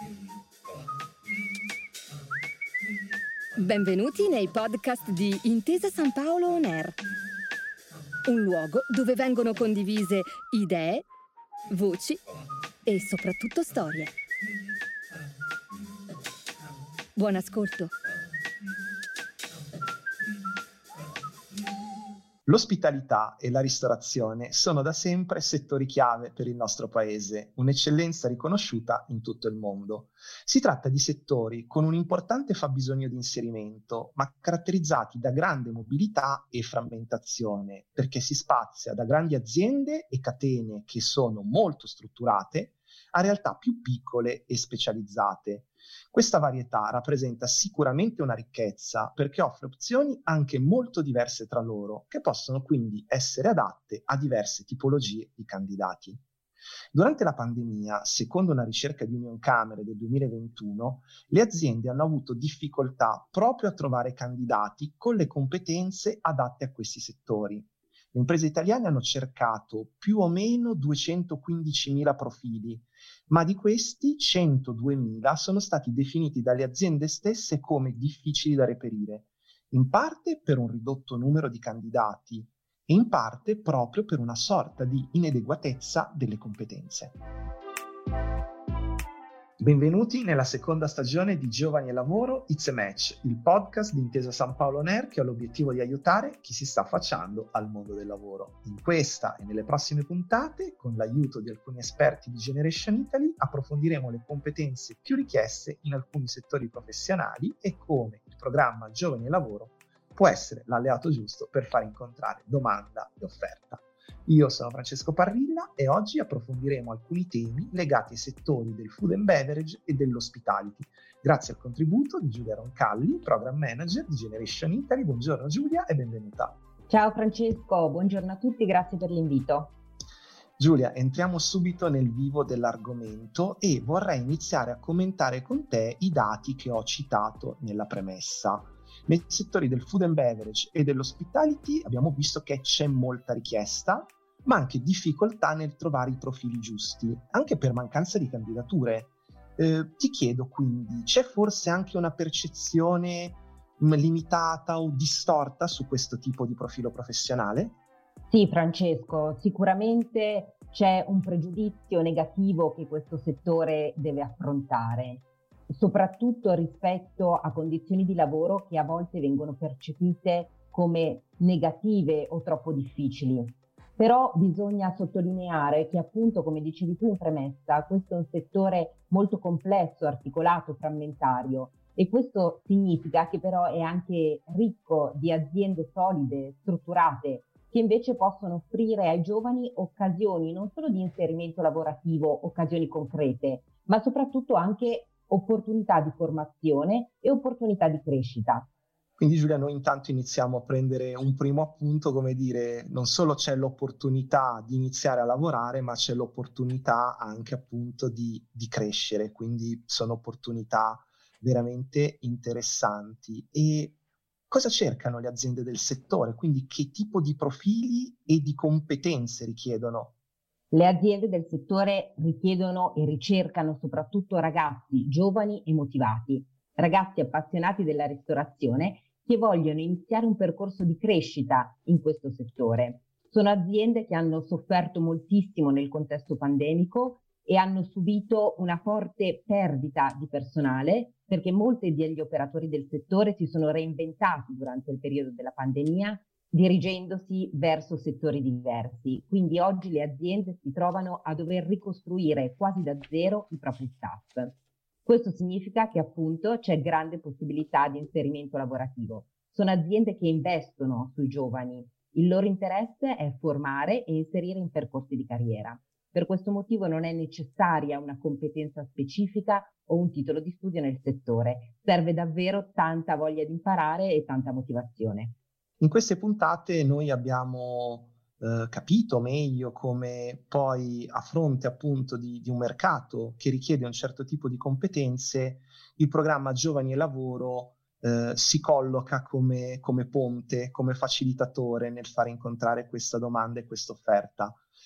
Benvenuti nei podcast di Intesa San Paolo On Air, un luogo dove vengono condivise idee, voci e soprattutto storie. Buon ascolto. L'ospitalità e la ristorazione sono da sempre settori chiave per il nostro paese, un'eccellenza riconosciuta in tutto il mondo. Si tratta di settori con un importante fabbisogno di inserimento, ma caratterizzati da grande mobilità e frammentazione, perché si spazia da grandi aziende e catene che sono molto strutturate a realtà più piccole e specializzate. Questa varietà rappresenta sicuramente una ricchezza perché offre opzioni anche molto diverse tra loro, che possono quindi essere adatte a diverse tipologie di candidati. Durante la pandemia, secondo una ricerca di Unioncamere del 2021, le aziende hanno avuto difficoltà proprio a trovare candidati con le competenze adatte a questi settori. Le imprese italiane hanno cercato più o meno 215.000 profili, ma di questi 102.000 sono stati definiti dalle aziende stesse come difficili da reperire, in parte per un ridotto numero di candidati e in parte proprio per una sorta di inadeguatezza delle competenze. Benvenuti nella seconda stagione di Giovani e Lavoro It's a Match, il podcast di Intesa San Paolo On Air che ha l'obiettivo di aiutare chi si sta affacciando al mondo del lavoro. In questa e nelle prossime puntate, con l'aiuto di alcuni esperti di Generation Italy, approfondiremo le competenze più richieste in alcuni settori professionali e come il programma Giovani e Lavoro può essere l'alleato giusto per far incontrare domanda e offerta. Io sono Francesco Parrilla e oggi approfondiremo alcuni temi legati ai settori del food and beverage e dell'hospitality, grazie al contributo di Giulia Roncalli, Program Manager di Generation Italy. Buongiorno Giulia e benvenuta. Ciao Francesco, buongiorno a tutti, grazie per l'invito. Giulia, entriamo subito nel vivo dell'argomento e vorrei iniziare a commentare con te i dati che ho citato nella premessa. Nei settori del food and beverage e dell'hospitality abbiamo visto che c'è molta richiesta, ma anche difficoltà nel trovare i profili giusti, anche per mancanza di candidature. Ti chiedo quindi, c'è forse anche una percezione limitata o distorta su questo tipo di profilo professionale? Sì, Francesco, sicuramente c'è un pregiudizio negativo che questo settore deve affrontare, soprattutto rispetto a condizioni di lavoro che a volte vengono percepite come negative o troppo difficili. Però bisogna sottolineare che appunto, come dicevi tu in premessa, questo è un settore molto complesso, articolato, frammentario e questo significa che però è anche ricco di aziende solide, strutturate, che invece possono offrire ai giovani occasioni non solo di inserimento lavorativo, occasioni concrete, ma soprattutto anche opportunità di formazione e opportunità di crescita. Quindi Giulia, noi intanto iniziamo a prendere un primo appunto, come dire, non solo c'è l'opportunità di iniziare a lavorare, ma c'è l'opportunità anche appunto di crescere, quindi sono opportunità veramente interessanti. E cosa cercano le aziende del settore? Quindi che tipo di profili e di competenze richiedono? Le aziende del settore richiedono e ricercano soprattutto ragazzi giovani e motivati, ragazzi appassionati della ristorazione che vogliono iniziare un percorso di crescita in questo settore. Sono aziende che hanno sofferto moltissimo nel contesto pandemico e hanno subito una forte perdita di personale perché molti degli operatori del settore si sono reinventati durante il periodo della pandemia dirigendosi verso settori diversi. Quindi oggi le aziende si trovano a dover ricostruire quasi da zero i propri staff. Questo significa che appunto c'è grande possibilità di inserimento lavorativo. Sono aziende che investono sui giovani. Il loro interesse è formare e inserire in percorsi di carriera. Per questo motivo non è necessaria una competenza specifica o un titolo di studio nel settore. Serve davvero tanta voglia di imparare e tanta motivazione. In queste puntate noi abbiamo capito meglio come poi a fronte appunto di un mercato che richiede un certo tipo di competenze, il programma Giovani e Lavoro si colloca come ponte, come facilitatore nel far incontrare questa domanda e questa offerta.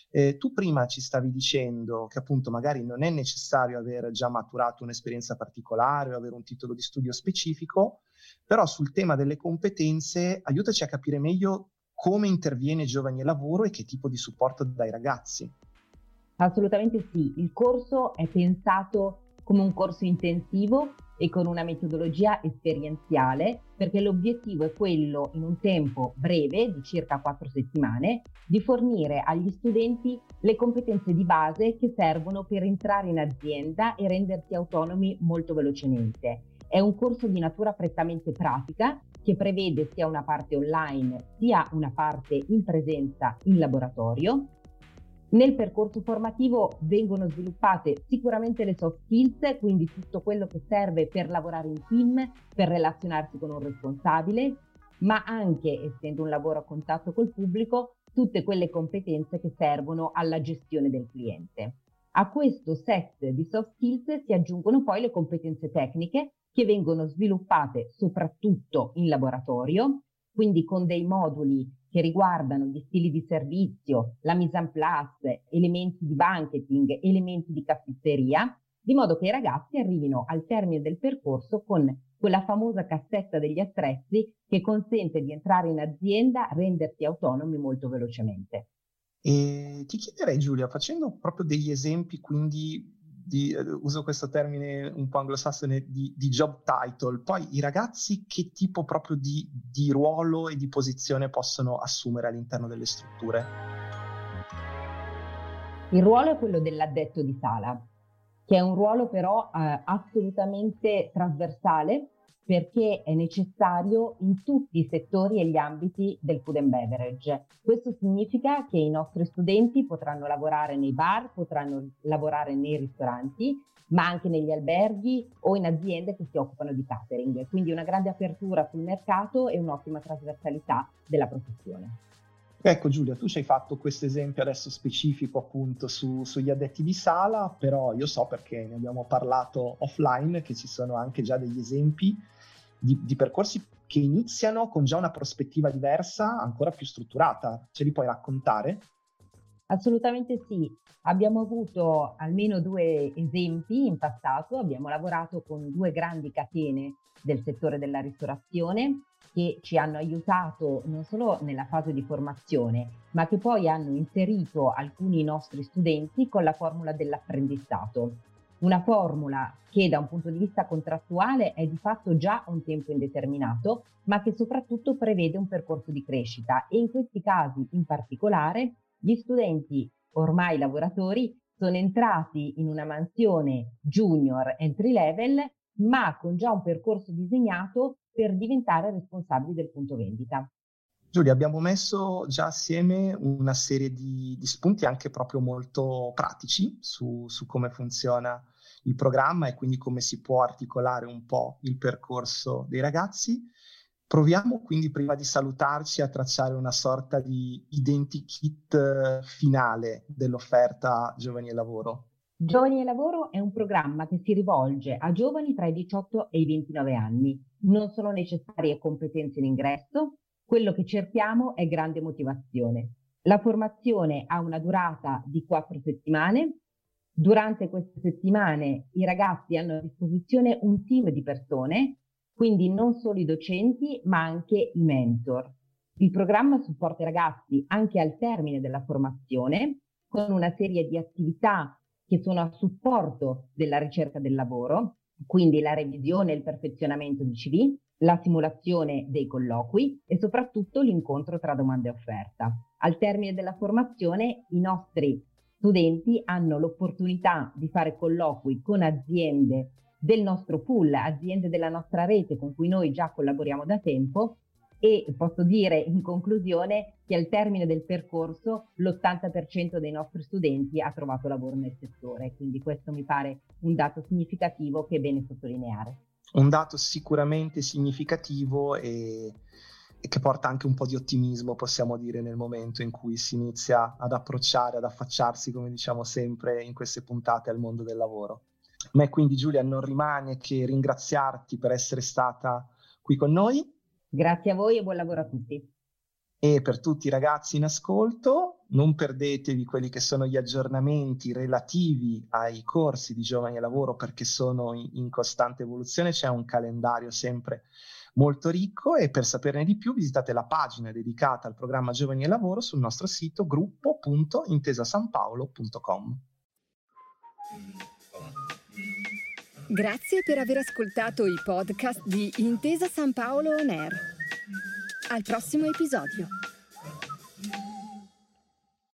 Tu prima ci stavi dicendo che appunto magari non è necessario aver già maturato un'esperienza particolare o avere un titolo di studio specifico, però sul tema delle competenze aiutaci a capire meglio come interviene Giovani e Lavoro e che tipo di supporto dà ai ragazzi. Assolutamente sì, il corso è pensato come un corso intensivo e con una metodologia esperienziale, perché l'obiettivo è quello, in un tempo breve, di circa 4 settimane, di fornire agli studenti le competenze di base che servono per entrare in azienda e rendersi autonomi molto velocemente. È un corso di natura prettamente pratica che prevede sia una parte online sia una parte in presenza in laboratorio. Nel percorso formativo vengono sviluppate sicuramente le soft skills, quindi tutto quello che serve per lavorare in team, per relazionarsi con un responsabile, ma anche, essendo un lavoro a contatto col pubblico, tutte quelle competenze che servono alla gestione del cliente. A questo set di soft skills si aggiungono poi le competenze tecniche che vengono sviluppate soprattutto in laboratorio, quindi con dei moduli che riguardano gli stili di servizio, la mise en place, elementi di banqueting, elementi di caffetteria, di modo che i ragazzi arrivino al termine del percorso con quella famosa cassetta degli attrezzi che consente di entrare in azienda, rendersi autonomi molto velocemente. E ti chiederei, Giulia, facendo proprio degli esempi, quindi uso questo termine un po' anglosassone, di job title, poi i ragazzi che tipo proprio di ruolo e di posizione possono assumere all'interno delle strutture? Il ruolo è quello dell'addetto di sala, che è un ruolo però assolutamente trasversale, perché è necessario in tutti i settori e gli ambiti del food and beverage. Questo significa che i nostri studenti potranno lavorare nei bar, potranno lavorare nei ristoranti, ma anche negli alberghi o in aziende che si occupano di catering. Quindi una grande apertura sul mercato e un'ottima trasversalità della professione. Ecco Giulia, tu ci hai fatto questo esempio adesso specifico appunto sugli addetti di sala, però io so, perché ne abbiamo parlato offline, che ci sono anche già degli esempi di percorsi che iniziano con già una prospettiva diversa, ancora più strutturata. Ce li puoi raccontare? Assolutamente sì, abbiamo avuto almeno 2 esempi in passato, abbiamo lavorato con 2 grandi catene del settore della ristorazione che ci hanno aiutato non solo nella fase di formazione, ma che poi hanno inserito alcuni nostri studenti con la formula dell'apprendistato. Una formula che da un punto di vista contrattuale è di fatto già un tempo indeterminato, ma che soprattutto prevede un percorso di crescita, e in questi casi in particolare gli studenti ormai lavoratori sono entrati in una mansione junior entry level, ma con già un percorso disegnato per diventare responsabili del punto vendita. Giulia, abbiamo messo già assieme una serie di spunti anche proprio molto pratici su come funziona il programma e quindi come si può articolare un po' il percorso dei ragazzi. Proviamo quindi, prima di salutarci, a tracciare una sorta di identikit finale dell'offerta Giovani e Lavoro. Giovani e Lavoro è un programma che si rivolge a giovani tra i 18 e i 29 anni. Non sono necessarie competenze in ingresso, quello che cerchiamo è grande motivazione. La formazione ha una durata di 4 settimane. Durante queste settimane i ragazzi hanno a disposizione un team di persone, quindi non solo i docenti, ma anche i mentor. Il programma supporta i ragazzi anche al termine della formazione, con una serie di attività che sono a supporto della ricerca del lavoro, quindi la revisione e il perfezionamento di CV, la simulazione dei colloqui e soprattutto l'incontro tra domanda e offerta. Al termine della formazione i nostri studenti hanno l'opportunità di fare colloqui con aziende del nostro pool, aziende della nostra rete con cui noi già collaboriamo da tempo, e posso dire in conclusione che al termine del percorso l'80% dei nostri studenti ha trovato lavoro nel settore, quindi questo mi pare un dato significativo che è bene sottolineare. Un dato sicuramente significativo e che porta anche un po' di ottimismo, possiamo dire, nel momento in cui si inizia ad approcciare, ad affacciarsi, come diciamo sempre in queste puntate, al mondo del lavoro. A me quindi, Giulia, non rimane che ringraziarti per essere stata qui con noi. Grazie a voi e buon lavoro a tutti. E per tutti i ragazzi in ascolto, Non perdetevi quelli che sono gli aggiornamenti relativi ai corsi di Giovani e Lavoro, perché sono in costante evoluzione, c'è un calendario sempre molto ricco, e per saperne di più visitate la pagina dedicata al programma Giovani e Lavoro sul nostro sito gruppo.intesasanpaolo.com. Grazie per aver ascoltato i podcast di Intesa San Paolo On Air. Al prossimo episodio.